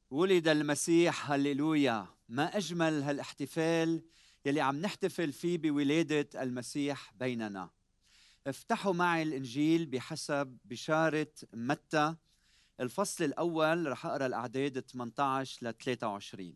ولد المسيح، هللويا. ما أجمل هالاحتفال يلي عم نحتفل فيه بولادة المسيح بيننا. افتحوا معي الإنجيل بحسب بشارة متى الفصل الأول، رح أقرأ الأعداد 18 ل 23.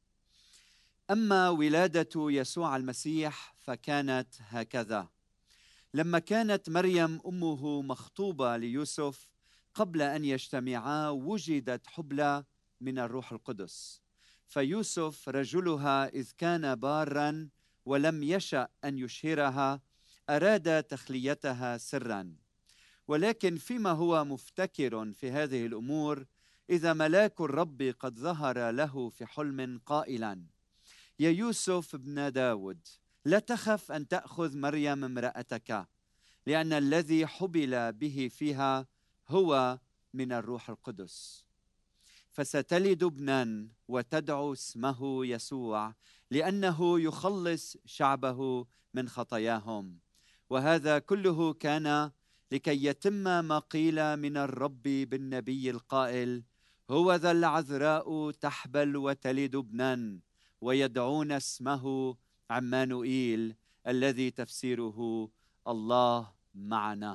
أما ولادة يسوع المسيح فكانت هكذا: لما كانت مريم أمه مخطوبة ليوسف قبل أن يجتمعا وجدت حبلى من الروح القدس. فيوسف رجلها إذ كان باراً ولم يشأ أن يشهرها أراد تخليتها سراً. ولكن فيما هو مفتكر في هذه الأمور إذا ملاك الرب قد ظهر له في حلم قائلاً: يا يوسف ابن داود، لا تخف أن تأخذ مريم امرأتك، لأن الذي حبل به فيها هو من الروح القدس. فستلد ابنا وتدعو اسمه يسوع، لأنه يخلص شعبه من خطاياهم. وهذا كله كان لكي يتم ما قيل من الرب بالنبي القائل: هوذا العذراء تحبل وتلد ابنا ويدعون اسمه عمانوئيل، الذي تفسيره الله معنا.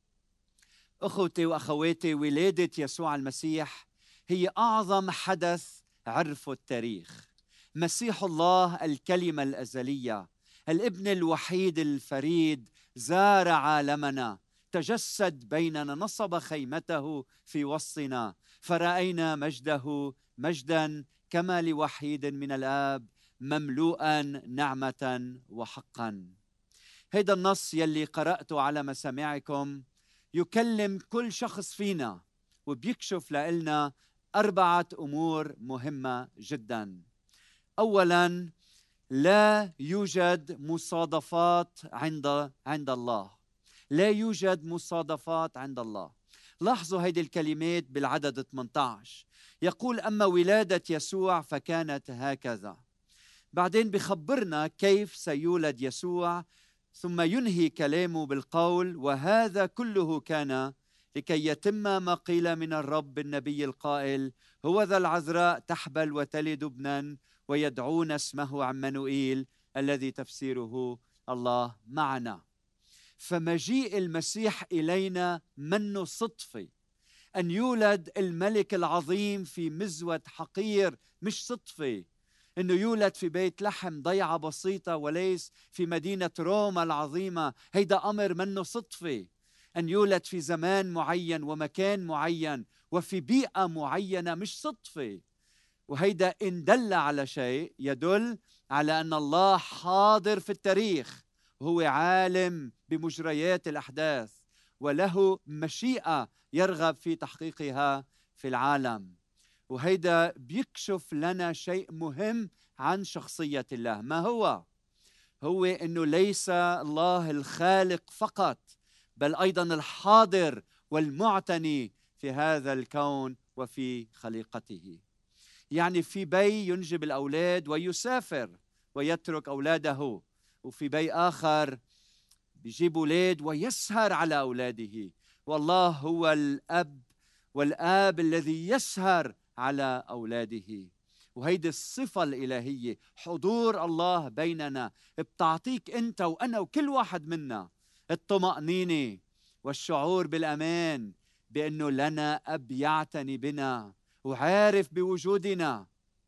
أخوتي وأخواتي، ولادة يسوع المسيح هي أعظم حدث عرفه التاريخ. مسيح الله الكلمة الأزلية، الابن الوحيد الفريد، زار عالمنا، تجسد بيننا، نصب خيمته في وسطنا، فرأينا مجده مجدا كما لوحيد من الآب، مملوءا نعمة وحقا. هيدا النص يلي قرأته على مسامعكم يكلم كل شخص فينا وبيكشف لنا 4 أمور مهمة جدا. أولا، لا يوجد مصادفات عند الله. لا يوجد مصادفات عند الله. لاحظوا هيدي الكلمات بالعدد 18، يقول: أما ولادة يسوع فكانت هكذا. بعدين بخبرنا كيف سيولد يسوع، ثم ينهي كلامه بالقول: وهذا كله كان لكي يتم ما قيل من الرب النبي القائل: هوذا العذراء تحبل وتلد ابنا ويدعون اسمه عمانوئيل، الذي تفسيره الله معنا. فمجيء المسيح إلينا منه صدفة. أن يولد الملك العظيم في مزود حقير مش صدفة. أنه يولد في بيت لحم ضيعة بسيطة وليس في مدينة روما العظيمة، هيدا أمر منه صدفة. أن يولد في زمان معين ومكان معين وفي بيئة معينة مش صدفة. وهيدا إن دل على شيء يدل على أن الله حاضر في التاريخ، وهو عالم بمجريات الأحداث، وله مشيئة يرغب في تحقيقها في العالم. وهيدا بيكشف لنا شيء مهم عن شخصية الله. ما هو أنه ليس الله الخالق فقط، بل أيضا الحاضر والمعتني في هذا الكون وفي خليقته. يعني في بي ينجب الأولاد ويسافر ويترك أولاده، وفي بي آخر بيجيب أولاد ويسهر على أولاده. والله هو الأب، والآب الذي يسهر على أولاده. وهيدي الصفة الإلهية، حضور الله بيننا، بتعطيك أنت وأنا وكل واحد منا الطمأنينة والشعور بالأمان بأنه لنا أب يعتني بنا وعارف بوجودنا.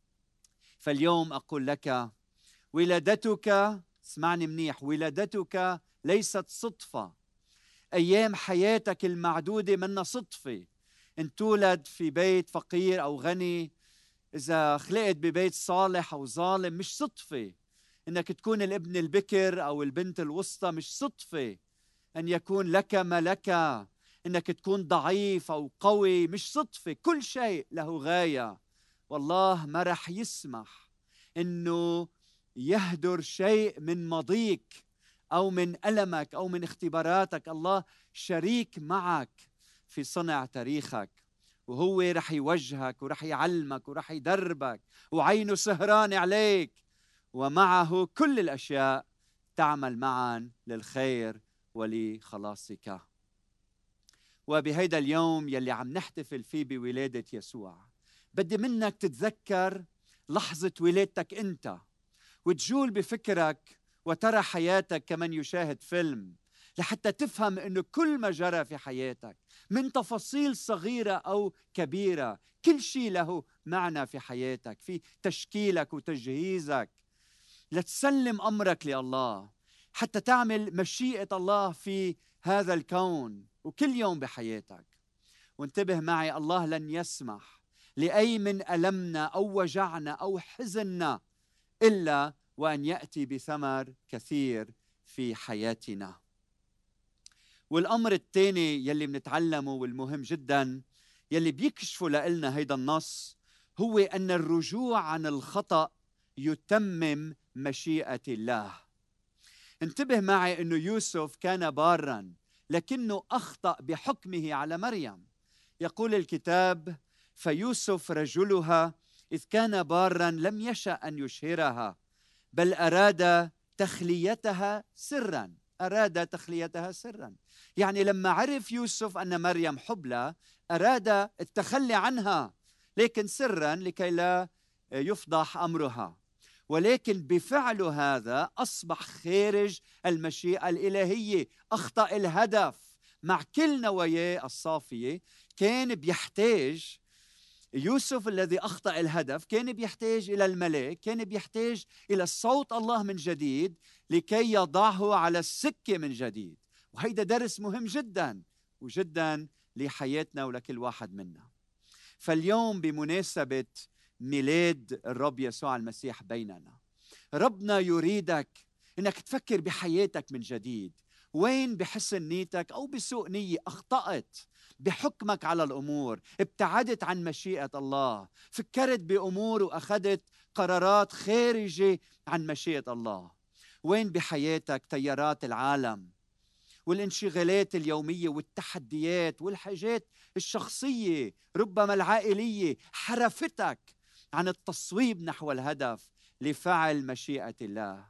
فاليوم أقول لك: ولادتك، اسمعني منيح، ولادتك ليست صدفة. أيام حياتك المعدودة منا صدفة. إن تولد في بيت فقير أو غني، إذا خلقت ببيت صالح أو ظالم، مش صدفة. إنك تكون الابن البكر أو البنت الوسطى مش صدفة. أن يكون لك ما لك، إنك تكون ضعيف أو قوي، مش صدفة. كل شيء له غاية، والله ما رح يسمح إنه يهدر شيء من ماضيك أو من ألمك أو من اختباراتك. الله شريك معك في صنع تاريخك، وهو رح يوجهك ورح يعلمك ورح يدربك، وعينه سهران عليك، ومعه كل الأشياء تعمل معا للخير ولخلاصك. وبهيدا اليوم يلي عم نحتفل فيه بولادة يسوع، بدي منك تتذكر لحظة ولادتك أنت، وتجول بفكرك وترى حياتك كمن يشاهد فيلم، لحتى تفهم أنه كل ما جرى في حياتك من تفاصيل صغيرة أو كبيرة، كل شيء له معنى في حياتك، في تشكيلك وتجهيزك، لتسلم أمرك لله حتى تعمل مشيئة الله في هذا الكون وكل يوم بحياتك. وانتبه معي، الله لن يسمح لأي من ألمنا أو وجعنا أو حزننا إلا وأن يأتي بثمر كثير في حياتنا. والأمر الثاني يلي بنتعلمه والمهم جدا يلي بيكشفه لنا هيدا النص هو أن الرجوع عن الخطأ يتمم مشيئة الله. انتبه معي أنه يوسف كان بارا لكنه أخطأ بحكمه على مريم. يقول الكتاب: فيوسف رجلها إذ كان بارا لم يشأ أن يشهرها، بل أراد تخليتها سرا. أراد تخليتها سرا، يعني لما عرف يوسف أن مريم حبلى أراد التخلي عنها، لكن سرا لكي لا يفضح أمرها. ولكن بفعله هذا أصبح خارج المشيئة الإلهية، أخطأ الهدف. مع كل نواياه الصافية كان بيحتاج يوسف الذي أخطأ الهدف، كان بيحتاج إلى الملاك، كان بيحتاج إلى صوت الله من جديد لكي يضعه على السكة من جديد. وهيدا درس مهم جدا وجدا لحياتنا ولكل واحد منا. فاليوم بمناسبة ميلاد الرب يسوع المسيح بيننا، ربنا يريدك إنك تفكر بحياتك من جديد. وين بحسن نيتك أو بسوء نية أخطأت بحكمك على الأمور، ابتعدت عن مشيئة الله، فكرت بأمور وأخذت قرارات خارجة عن مشيئة الله. وين بحياتك تيارات العالم والانشغالات اليومية والتحديات والحاجات الشخصية ربما العائلية حرفتك عن التصويب نحو الهدف لفعل مشيئة الله؟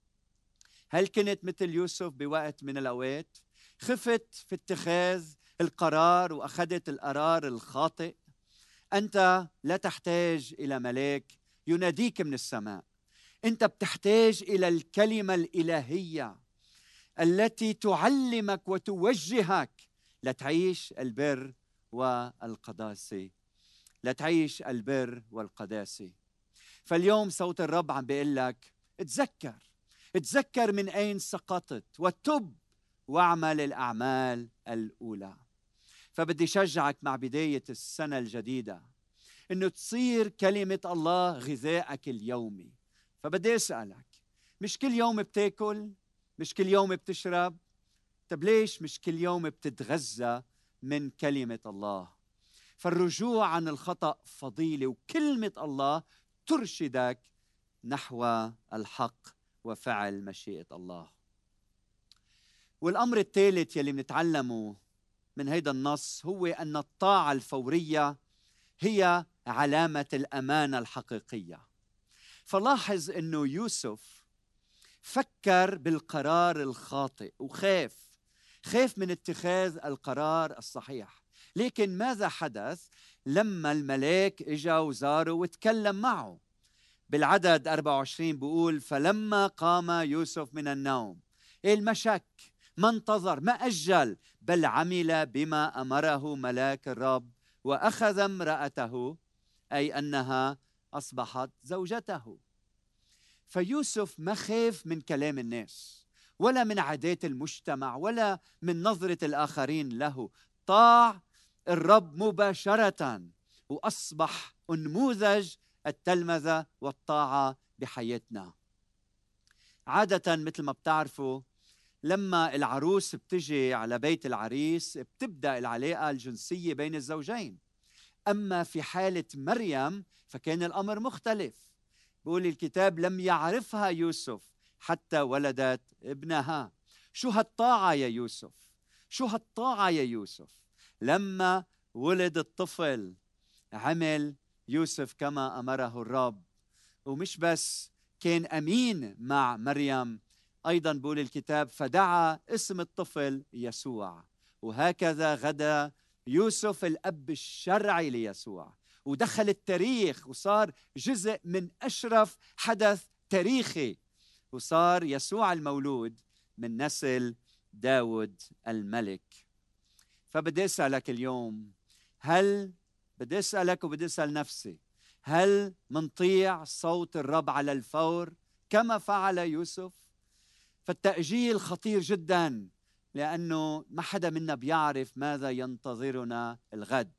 هل كنت مثل يوسف بوقت من الأوقات خفت في اتخاذ القرار وأخذت القرار الخاطئ؟ أنت لا تحتاج إلى ملاك يناديك من السماء، أنت بتحتاج إلى الكلمة الإلهية التي تعلمك وتوجهك لتعيش البر والقداسة، لتعيش البر والقداسة. فاليوم صوت الرب عم بيقول لك اتذكر من أين سقطت وتب واعمل الأعمال الأولى. فبدي شجعك مع بداية السنة الجديدة إنه تصير كلمة الله غذائك اليومي. فبدي أسألك، مش كل يوم بتاكل؟ مش كل يوم بتشرب؟ طب ليش مش كل يوم بتتغذى من كلمة الله؟ فالرجوع عن الخطأ فضيلة، وكلمة الله ترشدك نحو الحق وفعل مشيئة الله. والأمر الثالث يلي بنتعلمه من هيدا النص هو أن الطاعة الفورية هي علامة الأمانة الحقيقية. فلاحظ أنه يوسف فكر بالقرار الخاطئ خاف من اتخاذ القرار الصحيح. لكن ماذا حدث لما الملاك اجا وزاره وتكلم معه؟ بالعدد 24 بيقول: فلما قام يوسف من النوم، المشك ما انتظر ما أجل، بل عمل بما أمره ملاك الرب وأخذ امرأته، أي أنها أصبحت زوجته. فيوسف ما خاف من كلام الناس ولا من عادات المجتمع ولا من نظرة الآخرين له، طاع الرب مباشرة وأصبح نموذج التلمذة والطاعة بحياتنا. عادة مثل ما بتعرفوا لما العروس بتجي على بيت العريس بتبدأ العلاقة الجنسية بين الزوجين. أما في حالة مريم فكان الأمر مختلف. بيقول الكتاب: لم يعرفها يوسف حتى ولدت ابنها. شو هالطاعة يا يوسف؟ شو هالطاعة يا يوسف؟ لما ولد الطفل عمل يوسف كما أمره الرب، ومش بس كان أمين مع مريم، أيضا بيقول الكتاب: فدعا اسم الطفل يسوع. وهكذا غدا يوسف الأب الشرعي ليسوع، ودخل التاريخ وصار جزء من أشرف حدث تاريخي، وصار يسوع المولود من نسل داود الملك. فبدي أسألك اليوم، بدي أسألك وبدي أسأل نفسي، هل منطيع صوت الرب على الفور كما فعل يوسف؟ فالتأجيل خطير جدا، لأنه ما حدا منا بيعرف ماذا ينتظرنا الغد،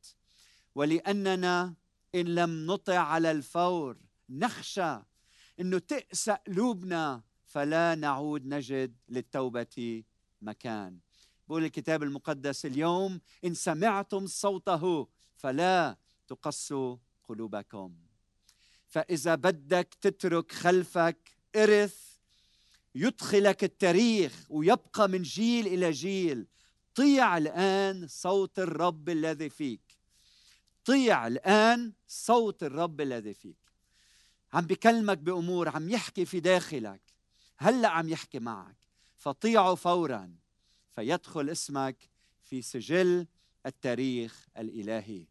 ولأننا إن لم نطع على الفور نخشى أنه تقسى قلوبنا فلا نعود نجد للتوبة مكان. بقول الكتاب المقدس اليوم: إن سمعتم صوته فلا تقسوا قلوبكم. فإذا بدك تترك خلفك إرث يدخلك التاريخ ويبقى من جيل إلى جيل، طيع الآن صوت الرب الذي فيك. طيع الآن صوت الرب الذي فيك. عم بكلمك بأمور، عم يحكي في داخلك، هلأ عم يحكي معك، فطيعه فوراً فيدخل اسمك في سجل التاريخ الإلهي.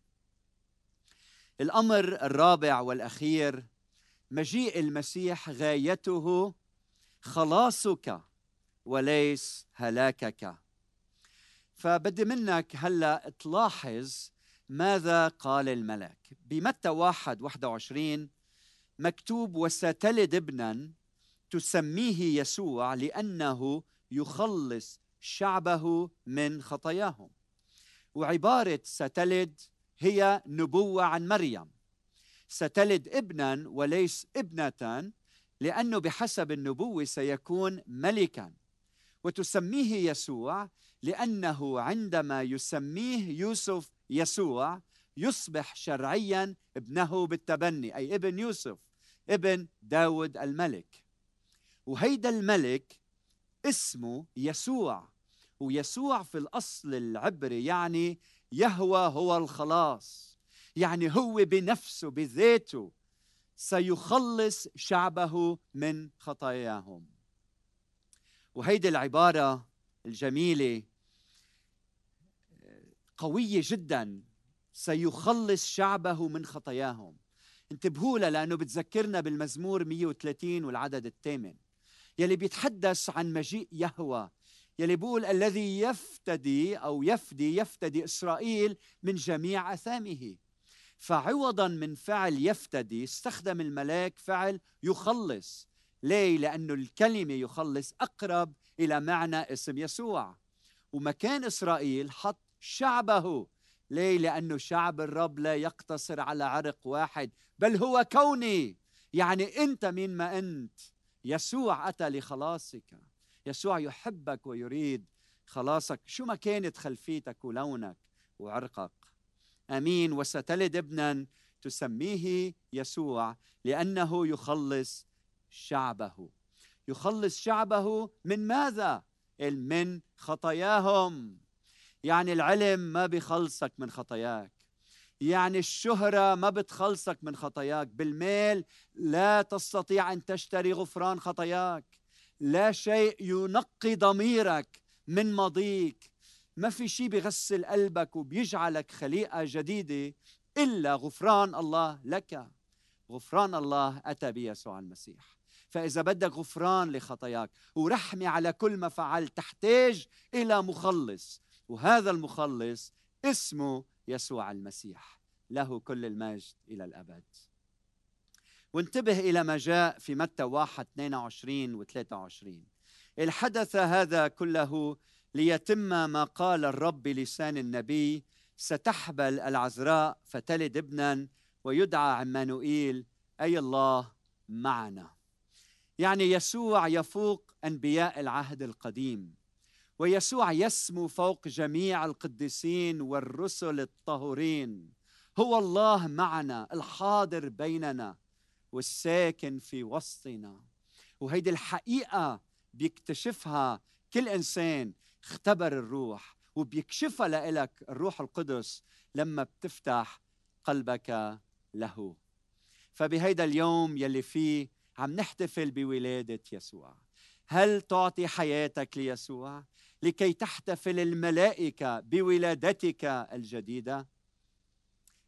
الأمر الرابع والأخير: مجيء المسيح غايته خلاصك وليس هلاكك. فبدي منك هلأ تلاحظ ماذا قال الملك. بمتى 1:21 مكتوب: وستلد ابنا تسميه يسوع لأنه يخلص شعبه من خطاياهم. وعبارة ستلد هي نبوة عن مريم. ستلد ابنا وليس ابنة، لأنه بحسب النبوة سيكون ملكا. وتسميه يسوع لأنه عندما يسميه يوسف يسوع يصبح شرعيا ابنه بالتبني، أي ابن يوسف ابن داود الملك. وهيدا الملك اسمه يسوع، ويسوع في الأصل العبري يعني يهوى هو الخلاص، يعني هو بنفسه بذاته سيخلص شعبه من خطاياهم. وهيدي العبارة الجميلة قوية جدا، سيخلص شعبه من خطاياهم. انتبهوا لها لأنه بتذكرنا بالمزمور 130 والعدد 8 يلي بيتحدث عن مجيء يهوى، يلي بيقول: الذي يفتدي إسرائيل من جميع أثامه. فعوضا من فعل يفتدي استخدم الملاك فعل يخلص. ليه؟ لأنه الكلمة يخلص أقرب إلى معنى اسم يسوع. ومكان إسرائيل حط شعبه. ليه؟ لأنه شعب الرب لا يقتصر على عرق واحد، بل هو كوني، يعني أنت مين ما أنت. يسوع أتى لخلاصك. يسوع يحبك ويريد خلاصك شو ما كانت خلفيتك ولونك وعرقك. آمين. وستلد ابنا تسميه يسوع لأنه يخلص شعبه. يخلص شعبه من ماذا؟ من خطاياهم. يعني العلم ما بيخلصك من خطاياك، يعني الشهرة ما بتخلصك من خطاياك، بالمال لا تستطيع أن تشتري غفران خطاياك، لا شيء ينقي ضميرك من ماضيك، ما في شيء بيغسل قلبك وبيجعلك خليقة جديدة إلا غفران الله لك. غفران الله أتى بيسوع المسيح. فإذا بدك غفران لخطاياك ورحمة على كل ما فعلت تحتاج إلى مخلص، وهذا المخلص اسمه يسوع المسيح. له كل المجد إلى الأبد. وانتبه إلى ما جاء في متى 1:22 و23: الحدث هذا كله ليتم ما قال الرب بلسان النبي: ستحبل العذراء فتلد ابنا ويدعى عمانوئيل، أي الله معنا. يعني يسوع يفوق أنبياء العهد القديم، ويسوع يسمو فوق جميع القديسين والرسل الطاهرين. هو الله معنا، الحاضر بيننا والساكن في وسطنا. وهيدي الحقيقة بيكتشفها كل إنسان اختبر الروح، وبيكشفها لإلك الروح القدس لما بتفتح قلبك له. فبهيدا اليوم يلي فيه عم نحتفل بولادة يسوع، هل تعطي حياتك ليسوع لكي تحتفل الملائكة بولادتك الجديدة؟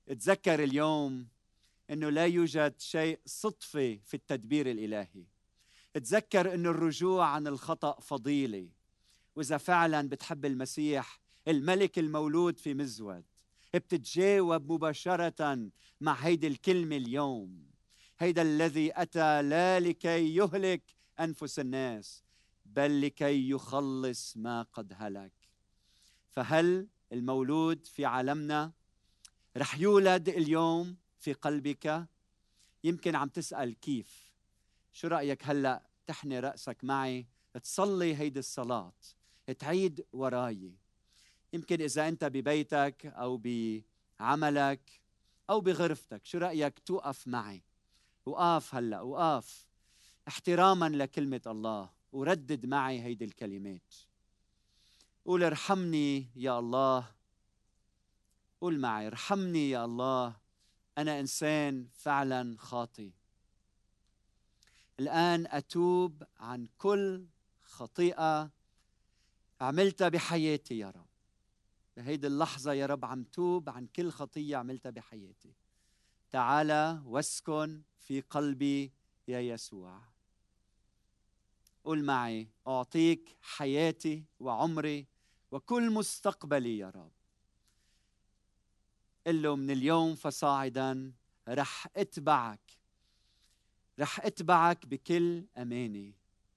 تذكر اليوم أنه لا يوجد شيء صدفة في التدبير الإلهي. تذكر أنه الرجوع عن الخطأ فضيلة، وإذا فعلا بتحب المسيح الملك المولود في مزود بتتجاوب مباشرة مع هيدي الكلمة اليوم: هيدا الذي أتى لا لكي يهلك أنفس الناس بل لكي يخلص ما قد هلك. فهل المولود في عالمنا رح يولد اليوم في قلبك؟ يمكن عم تسأل كيف. شو رأيك هلأ تحني رأسك معي، تصلي هيدي الصلاة، تعيد وراي. يمكن إذا أنت ببيتك أو بعملك أو بغرفتك، شو رأيك توقف معي؟ وقف هلأ، وقف احتراما لكلمة الله، وردد معي هيدي الكلمات. قول: ارحمني يا الله. قول معي: ارحمني يا الله، أنا إنسان فعلا خاطئ. الآن أتوب عن كل خطيئة عملتها بحياتي يا رب. بهيدي اللحظة يا رب عم توب عن كل خطية عملتها بحياتي. تعال واسكن في قلبي يا يسوع. قل معي: أعطيك حياتي وعمري وكل مستقبلي يا رب. قل له: من اليوم فصاعدا رح أتبعك بكل أماني.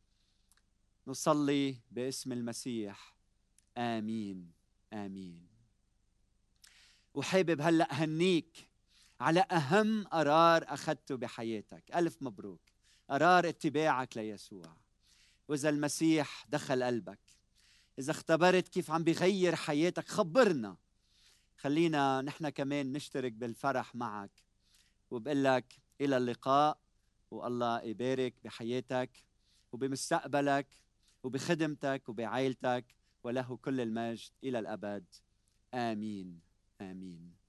نصلي باسم المسيح. آمين آمين. وحابب هلأ هنيك على أهم قرار أخذته بحياتك. ألف مبروك، قرار اتباعك ليسوع. وإذا المسيح دخل قلبك، إذا اختبرت كيف عم بيغير حياتك، خبرنا. خلينا نحن كمان نشترك بالفرح معك. وبقول لك إلى اللقاء، والله يبارك بحياتك وبمستقبلك وبخدمتك وبعائلتك، وله كل المجد إلى الأبد. آمين آمين.